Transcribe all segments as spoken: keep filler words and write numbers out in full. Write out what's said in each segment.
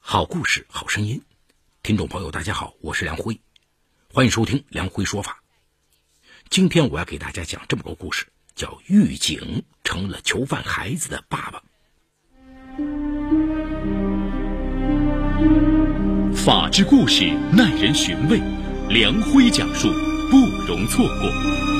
好故事好声音，听众朋友大家好，我是梁辉，欢迎收听梁辉说法。今天我要给大家讲这么个故事，叫狱警成了囚犯孩子的爸爸。 法治故事耐人寻味，梁辉讲述不容错过。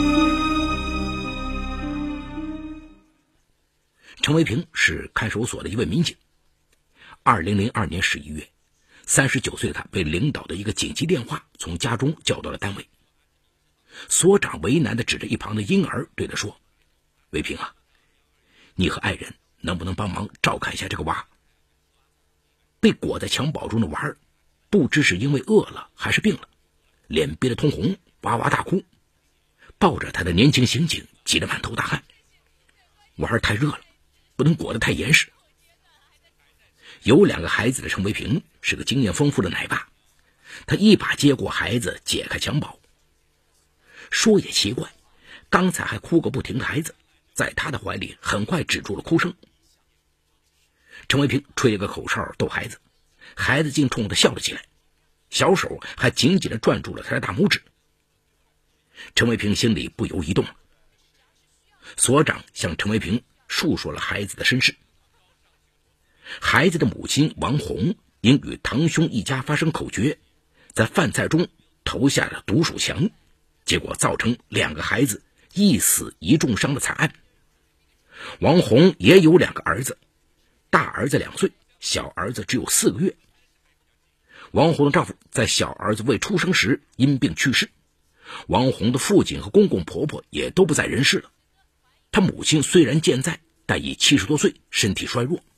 陈维平是看守所的一位民警。二零零二年十一月，三十九岁的他被领导的一个紧急电话从家中叫到了单位。所长为难地指着一旁的婴儿对他说：维平啊，你和爱人能不能帮忙照看一下这个娃？被裹在襁褓中的娃儿不知是因为饿了还是病了，脸憋得通红，哇哇大哭，抱着他的年轻刑警急得满头大汗。娃儿太热了，不能裹得太严实。有两个孩子的陈维平是个经验丰富的奶爸，他一把接过孩子，解开襁褓。说也奇怪，刚才还哭个不停的孩子，在他的怀里很快止住了哭声。陈维平吹了个口哨逗孩子，孩子竟冲他笑了起来，小手还紧紧地攥住了他的大拇指。陈维平心里不由一动。所长向陈维平述说了孩子的身世。孩子的母亲王红因与堂兄一家发生口角，在饭菜中投下了毒鼠强，结果造成两个孩子一死一重伤的惨案。王红也有两个儿子，大儿子两岁，小儿子只有四个月。王红的丈夫在小儿子未出生时因病去世，王红的父亲和公公婆婆也都不在人世了。他母亲虽然健在，但已七十多岁，身体衰弱。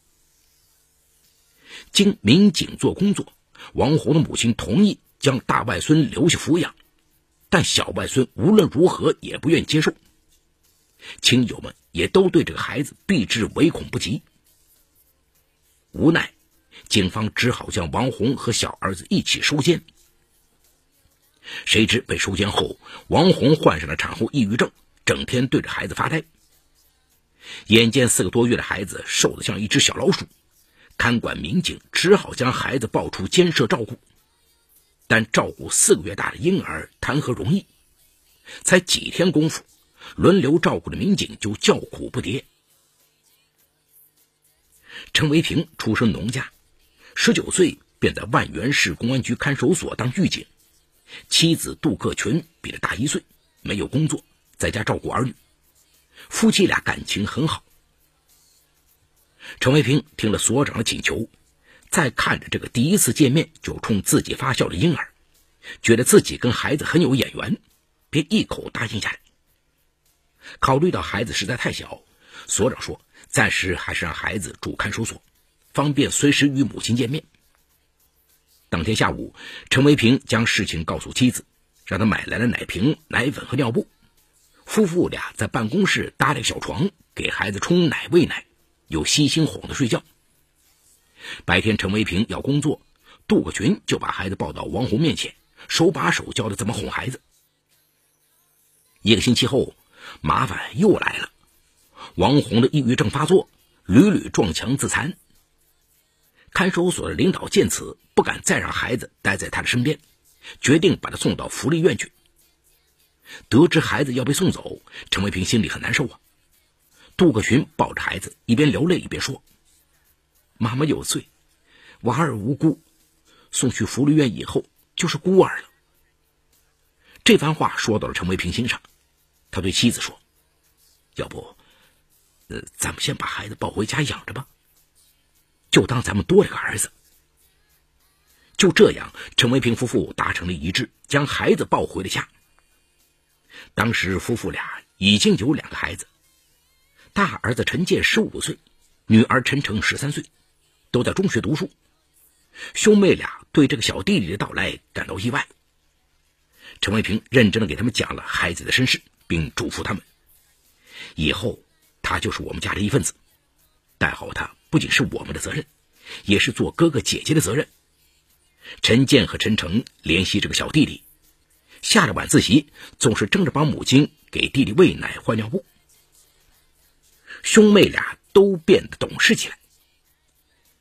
经民警做工作，王红的母亲同意将大外孙留下抚养，但小外孙无论如何也不愿接受。亲友们也都对这个孩子避之唯恐不及。无奈，警方只好将王红和小儿子一起收监。谁知被收监后，王红患上了产后抑郁症，整天对着孩子发呆。眼见四个多月的孩子瘦得像一只小老鼠，看管民警只好将孩子抱出监舍照顾。但照顾四个月大的婴儿谈何容易，才几天功夫，轮流照顾的民警就叫苦不迭。陈维平出身农家，十九岁便在万源市公安局看守所当狱警。妻子杜克群比他大一岁，没有工作，在家照顾儿女，夫妻俩感情很好。陈维平听了所长的请求，再看着这个第一次见面就冲自己发笑的婴儿，觉得自己跟孩子很有眼缘，便一口答应下来。考虑到孩子实在太小，所长说暂时还是让孩子住看守所，方便随时与母亲见面。当天下午，陈维平将事情告诉妻子，让他买来了奶瓶、奶粉和尿布。夫妇俩在办公室搭了个小床，给孩子冲奶喂奶，又悉心哄他睡觉。白天陈维平要工作，杜克群就把孩子抱到王红面前，手把手教他怎么哄孩子。一个星期后，麻烦又来了。王红的抑郁症发作，屡屡撞墙自残。看守所的领导见此，不敢再让孩子待在他的身边，决定把他送到福利院去。得知孩子要被送走，陈维平心里很难受啊。杜克群抱着孩子，一边流泪一边说：妈妈有罪，娃儿无辜，送去福利院以后就是孤儿了。这番话说到了陈维平心上，他对妻子说：要不呃，咱们先把孩子抱回家养着吧，就当咱们多了个儿子。就这样，陈维平夫妇达成了一致，将孩子抱回了家。当时夫妇俩已经有两个孩子，大儿子陈建十五岁，女儿陈诚十三岁，都在中学读书。兄妹俩对这个小弟弟的到来感到意外。陈维平认真地给他们讲了孩子的身世，并嘱咐他们，以后他就是我们家的一份子，带好他不仅是我们的责任，也是做哥哥姐姐的责任。陈建和陈诚怜惜这个小弟弟，下了晚自习总是争着帮母亲给弟弟喂奶换尿布。兄妹俩都变得懂事起来。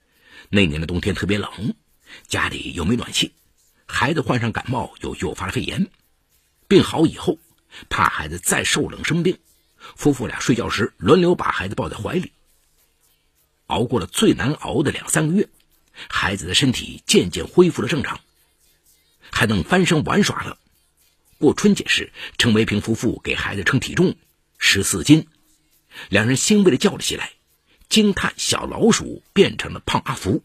那年的冬天特别冷，家里又没暖气，孩子患上感冒又诱发了肺炎。病好以后，怕孩子再受冷生病，夫妇俩睡觉时轮流把孩子抱在怀里。熬过了最难熬的两三个月，孩子的身体渐渐恢复了正常，还能翻身玩耍了。过春节时，陈维平夫妇给孩子称体重十四斤，两人欣慰地叫了起来，惊叹小老鼠变成了胖阿福。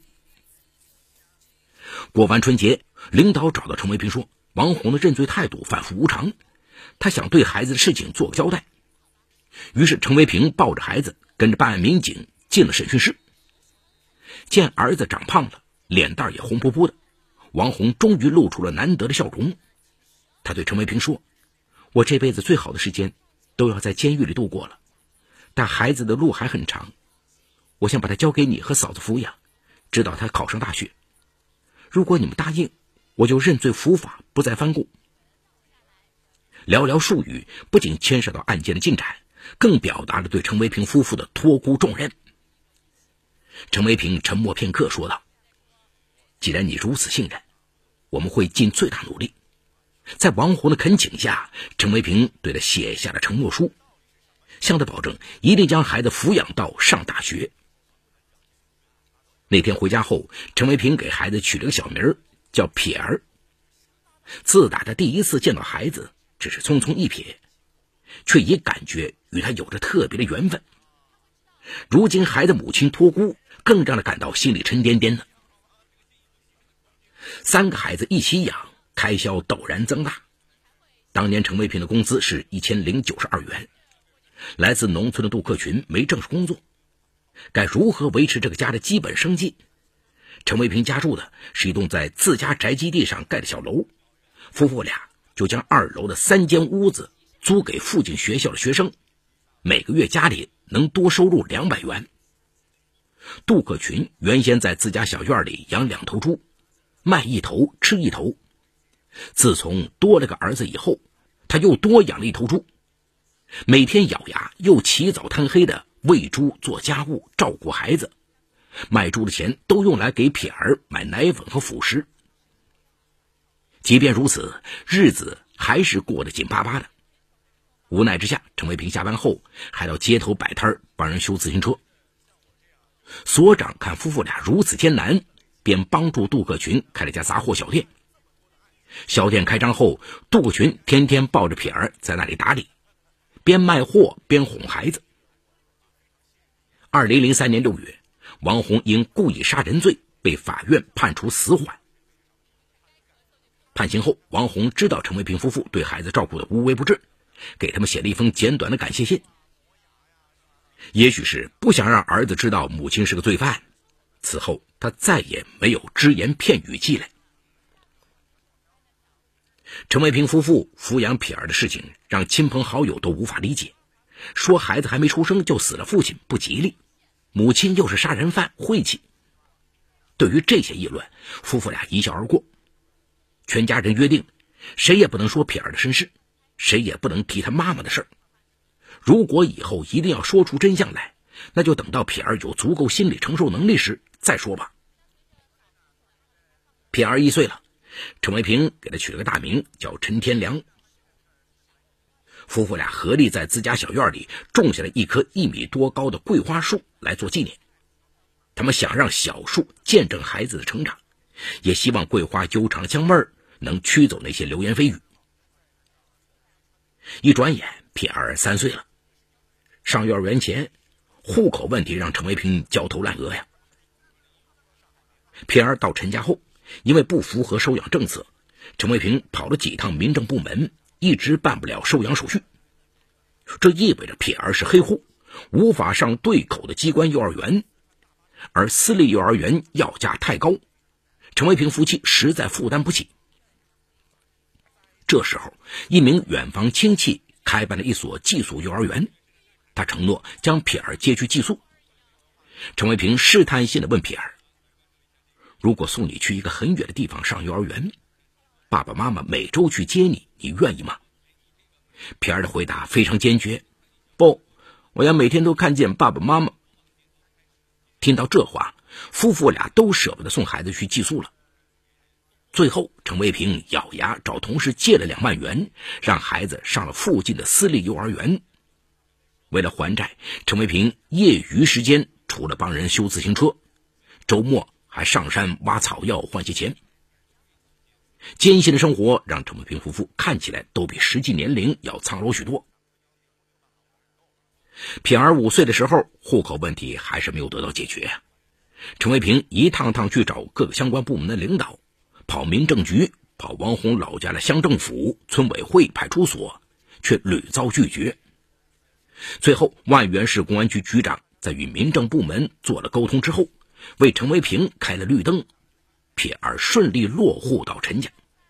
过完春节，领导找到陈维平说，王红的认罪态度反复无常，他想对孩子的事情做个交代。于是陈维平抱着孩子跟着办案民警进了审讯室。见儿子长胖了，脸蛋也红扑扑的，王红终于露出了难得的笑容。他对陈维平说，我这辈子最好的时间都要在监狱里度过了，但孩子的路还很长，我想把他交给你和嫂子抚养，直到他考上大学。如果你们答应，我就认罪伏法，不再翻供。寥寥数语不仅牵涉到案件的进展，更表达了对陈维平夫妇的托孤重任。陈维平沉默片刻说道，既然你如此信任，我们会尽最大努力。在王红的恳请下，陈维平对他写下了承诺书，向他保证一定将孩子抚养到上大学。那天回家后，陈维平给孩子取了个小名叫撇儿。自打他第一次见到孩子，只是匆匆一瞥，却也感觉与他有着特别的缘分。如今孩子母亲托孤，更让他感到心里沉甸甸的。三个孩子一起养，开销陡然增大。当年陈维平的工资是一千零九十二元，来自农村的杜克群没正式工作，该如何维持这个家的基本生计？陈维平家住的是一栋在自家宅基地上盖的小楼，夫妇俩就将二楼的三间屋子租给附近学校的学生，每个月家里能多收入两百元。杜克群原先在自家小院里养两头猪，卖一头吃一头。自从多了个儿子以后，他又多养了一头猪，每天咬牙又起早贪黑的喂猪、做家务、照顾孩子，卖猪的钱都用来给撇儿买奶粉和辅食。即便如此，日子还是过得紧巴巴的。无奈之下，陈维平下班后还到街头摆摊帮人修自行车。所长看夫妇俩如此艰难，便帮助杜克群开了家杂货小店。小店开张后，杜克群天天抱着撇儿在那里打理，边卖货边哄孩子。二零零三年六月，王红因故意杀人罪被法院判处死缓。判刑后，王红知道陈维平夫妇对孩子照顾的无微不至，给他们写了一封简短的感谢信。也许是不想让儿子知道母亲是个罪犯，此后他再也没有只言片语积累。陈维平夫妇抚养撇儿的事情让亲朋好友都无法理解，说孩子还没出生就死了父亲不吉利，母亲又是杀人犯晦气。对于这些议论，夫妇俩一笑而过。全家人约定，谁也不能说撇儿的身世，谁也不能提他妈妈的事儿。如果以后一定要说出真相来，那就等到撇儿有足够心理承受能力时再说吧。撇儿一岁了，陈维平给他取了个大名叫陈天良。夫妇俩合力在自家小院里种下了一棵一米多高的桂花树来做纪念。他们想让小树见证孩子的成长，也希望桂花悠长的香味儿能驱走那些流言蜚语。一转眼，撇儿三岁了。上幼儿园前，户口问题让陈维平焦头烂额呀。撇儿到陈家后，因为不符合收养政策，陈维平跑了几趟民政部门，一直办不了收养手续。这意味着撇儿是黑户，无法上对口的机关幼儿园，而私立幼儿园要价太高，陈维平夫妻实在负担不起。这时候，一名远房亲戚开办了一所寄宿幼儿园，他承诺将撇儿接去寄宿。陈维平试探性地问撇儿，如果送你去一个很远的地方上幼儿园，爸爸妈妈每周去接你，你愿意吗？撇儿的回答非常坚决，不，我要每天都看见爸爸妈妈。听到这话， 夫妇俩都舍不得送孩子去寄宿了。最后陈维平咬牙找同事借了两万元，让孩子上了附近的私立幼儿园。为了还债，陈维平业余时间除了帮人修自行车，周末还上山挖草药换些钱。艰辛的生活让陈维平夫妇看起来都比实际年龄要苍老许多。撇儿五岁的时候，户口问题还是没有得到解决呀。陈维平一趟趟去找各个相关部门的领导，跑民政局，跑王红老家的乡政府、村委会、派出所，却屡遭拒绝。最后万源市公安局局长在与民政部门做了沟通之后，为陈维平开了绿灯，撇儿顺利落户到陈家。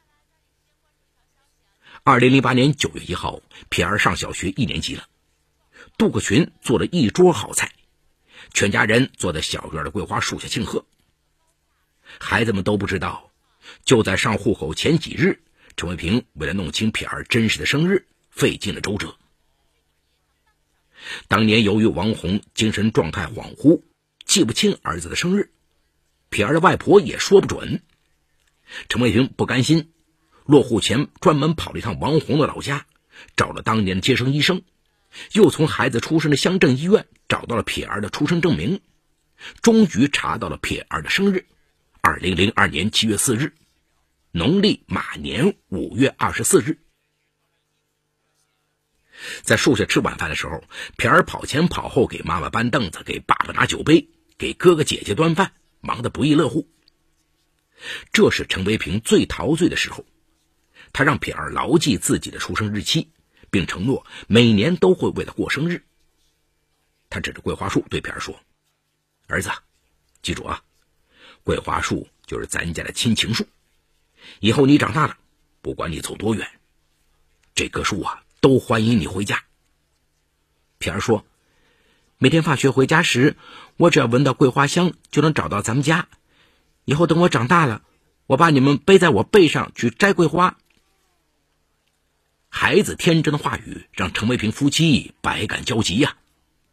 二零零八年九月一号，撇儿上小学一年级了。杜克群做了一桌好菜，全家人坐在小院的桂花树下庆贺。孩子们都不知道，就在上户口前几日，陈维平为了弄清撇儿真实的生日，费尽了周折。当年由于王红精神状态恍惚，记不清儿子的生日，撇儿的外婆也说不准。陈维平不甘心，落户前专门跑了一趟王红的老家，找了当年的接生医生，又从孩子出生的乡镇医院找到了撇儿的出生证明，终于查到了撇儿的生日，二零零二年七月四日，农历马年五月二十四日。在树下吃晚饭的时候，撇儿跑前跑后给妈妈搬凳子，给爸爸拿酒杯，给哥哥姐姐端饭，忙得不亦乐乎。这是陈维平最陶醉的时候，他让撇儿牢记自己的出生日期，并承诺每年都会为他过生日。他指着桂花树对撇儿说：“儿子，记住啊，桂花树就是咱家的亲情树，以后你长大了，不管你走多远，这棵树啊都欢迎你回家。”撇儿说：“每天放学回家时，我只要闻到桂花香就能找到咱们家，以后等我长大了，我把你们背在我背上去摘桂花。”孩子天真的话语让陈维平夫妻百感交集呀。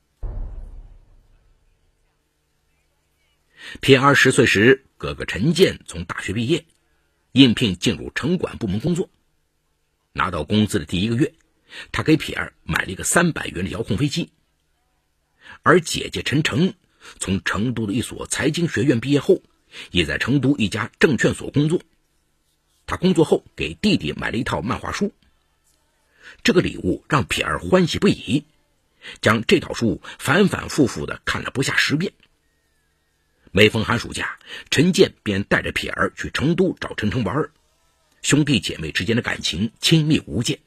撇儿十岁时，哥哥陈建从大学毕业，应聘进入城管部门工作。拿到工资的第一个月，他给撇儿买了一个三百元的遥控飞机。而姐姐陈诚从成都的一所财经学院毕业后，也在成都一家证券所工作。他工作后给弟弟买了一套漫画书，这个礼物让撇儿欢喜不已，将这套书反反复复地看了不下十遍。每逢寒暑假，陈建便带着撇儿去成都找陈诚玩，兄弟姐妹之间的感情亲密无间。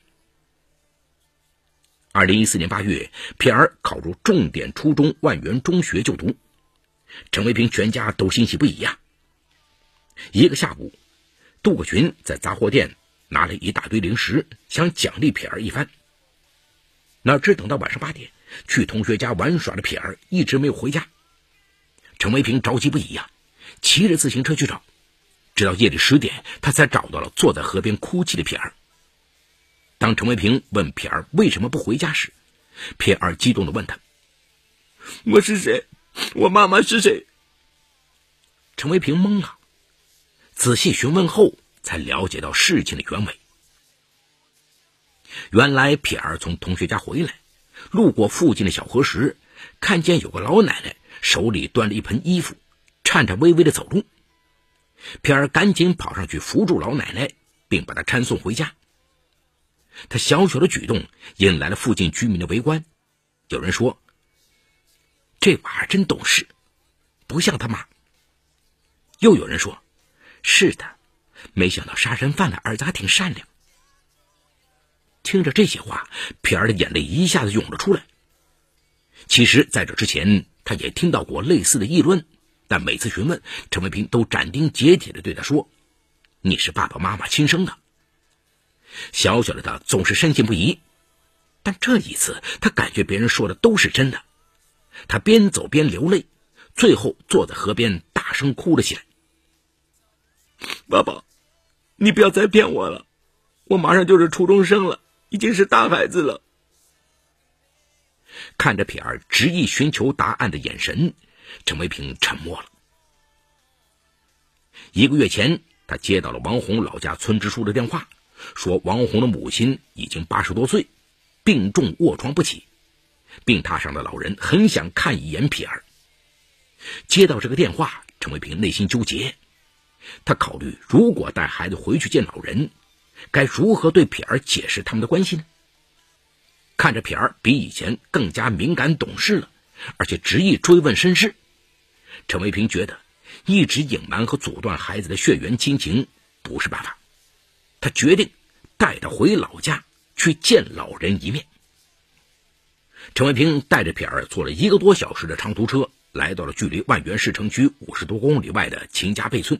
二零一四年八月，撇儿考入重点初中万源中学就读，陈维平全家都欣喜不已呀。一个下午，杜克群在杂货店拿了一大堆零食，想奖励撇儿一番。哪知等到晚上八点，去同学家玩耍的撇儿一直没有回家。陈维平着急不已呀，骑着自行车去找，直到夜里十点，他才找到了坐在河边哭泣的撇儿。当陈维平问撇儿为什么不回家时，撇儿激动地问他：“我是谁？我妈妈是谁？”陈维平懵了，仔细询问后才了解到事情的原委。原来撇儿从同学家回来，路过附近的小河时，看见有个老奶奶手里端着一盆衣服，颤颤巍巍地走路。撇儿赶紧跑上去扶住老奶奶，并把她搀送回家。他小小的举动引来了附近居民的围观，有人说：“这娃儿真懂事，不像他妈。”又有人说：“是的，没想到杀人犯的儿子还挺善良。”听着这些话，撇儿的眼泪一下子涌了出来。其实在这之前他也听到过类似的议论，但每次询问，陈维平都斩钉截铁地对他说：“你是爸爸妈妈亲生的。”小小的他总是深信不疑，但这一次他感觉别人说的都是真的。他边走边流泪，最后坐在河边大声哭了起来：“爸爸，你不要再骗我了，我马上就是初中生了，已经是大孩子了。”看着撇儿执意寻求答案的眼神，陈维平沉默了。 一个月前，他接到了王红老家村支书的电话，说王红的母亲已经八十多岁，病重卧床不起，病榻上的老人很想看一眼撇儿。接到这个电话，陈卫平内心纠结，他考虑如果带孩子回去见老人，该如何对撇儿解释他们的关系呢？看着撇儿比以前更加敏感懂事了，而且执意追问身世，陈卫平觉得一直隐瞒和阻断孩子的血缘亲情不是办法，他决定带他回老家去见老人一面。陈卫平带着撇儿坐了一个多小时的长途车，来到了距离万源市城区五十多公里外的秦家背村。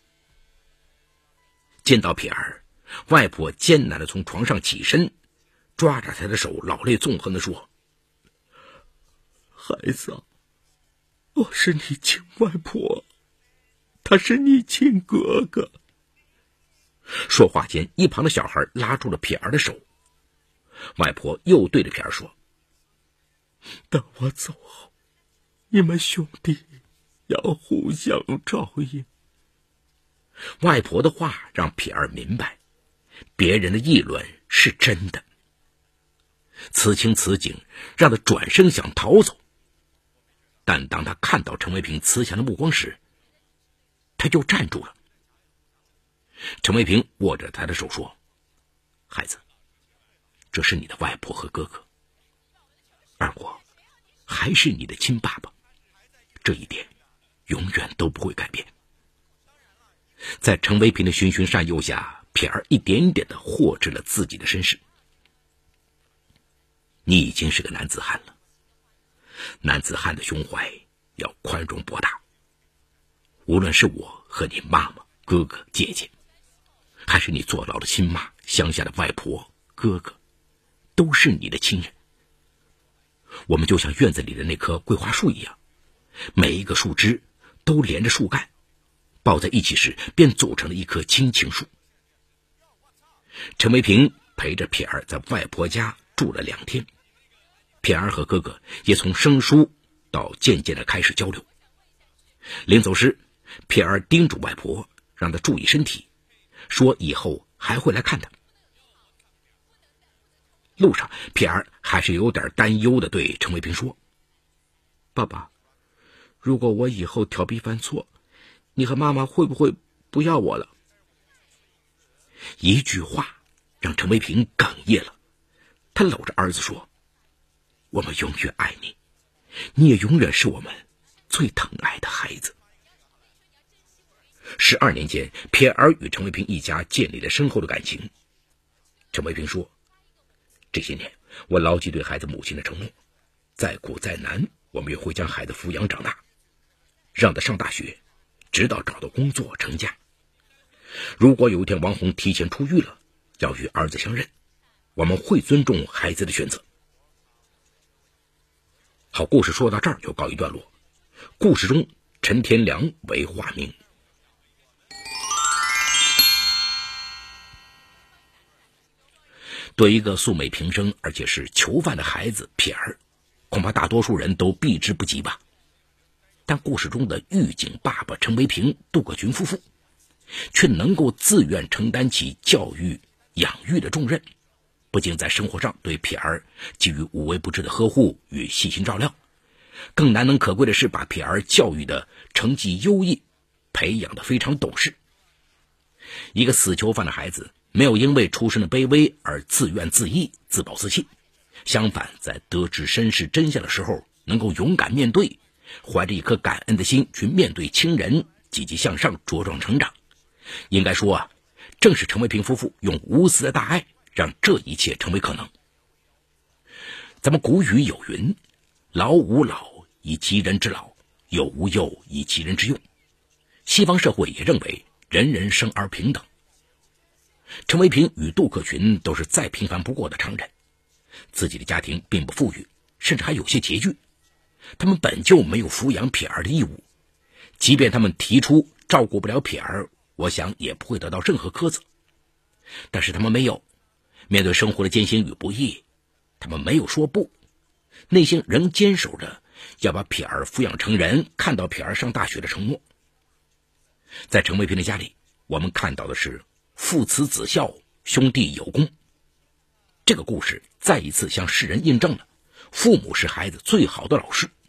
见到撇儿，外婆艰难地从床上起身，抓着他的手，老泪纵横地说：“孩子，我是你亲外婆，他是你亲哥哥。”说话间，一旁的小孩拉住了撇儿的手，外婆又对着撇儿说：“等我走后，你们兄弟要互相照应。”外婆的话让撇儿明白，别人的议论是真的。此情此景让他转身想逃走，但当他看到陈卫平慈祥的目光时，他就站住了。陈卫平握着他的手说：“孩子，这是你的外婆和哥哥，而我还是你的亲爸爸，这一点永远都不会改变。”在陈卫平的循循善诱下，撇儿一点点地获知了自己的身世。你已经是个男子汉了，男子汉的胸怀要宽容博大。无论是我和你妈妈、哥哥、姐姐，还是你坐牢的亲妈、乡下的外婆、哥哥，都是你的亲人。我们就像院子里的那棵桂花树一样，每一个树枝都连着树干，抱在一起时便组成了一棵亲情树。陈卫平陪着撇儿在外婆家住了两天，撇儿和哥哥也从生疏到渐渐的开始交流。临走时，撇儿叮嘱外婆让她注意身体，说以后还会来看她。路上，撇儿还是有点担忧的对陈卫平说：“爸爸，如果我以后调皮犯错，你和妈妈会不会不要我了？”一句话让陈卫平哽咽了，他搂着儿子说：“我们永远爱你，你也永远是我们最疼爱的孩子。”十二年间，撇儿与陈卫平一家建立了深厚的感情。陈卫平说：“这些年，我牢记对孩子母亲的承诺，再苦再难，我们也会将孩子抚养长大，让他上大学，直到找到工作成家。如果有一天王红提前出狱了，要与儿子相认，我们会尊重孩子的选择。”好，故事说到这儿就告一段落。故事中，陈天良为化名。对一个素昧平生而且是囚犯的孩子撇儿，恐怕大多数人都避之不及吧。但故事中的狱警爸爸陈维平、杜克群夫妇却能够自愿承担起教育养育的重任，不仅在生活上对撇儿给予无微不至的呵护与细心照料，更难能可贵的是把撇儿教育的成绩优异，培养得非常懂事。一个死囚犯的孩子没有因为出身的卑微而自怨自艾、自暴自弃，相反，在得知身世真相的时候，能够勇敢面对，怀着一颗感恩的心去面对亲人，积极向上，茁壮成长。应该说啊，正是陈卫平夫妇用无私的大爱，让这一切成为可能。咱们古语有云：“老吾老以及人之老，幼吾幼以及人之幼。”西方社会也认为人人生而平等。陈卫平与杜克群都是再平凡不过的常人，自己的家庭并不富裕，甚至还有些拮据，他们本就没有抚养撇儿的义务，即便他们提出照顾不了撇儿，我想也不会得到任何苛责。但是他们没有，面对生活的艰辛与不易，他们没有说不，内心仍坚守着要把撇儿抚养成人，看到撇儿上大学的承诺。 在陈卫平的家里，我们看到的是父慈子孝，兄弟有功。这个故事再一次向世人印证了父母是孩子最好的老师。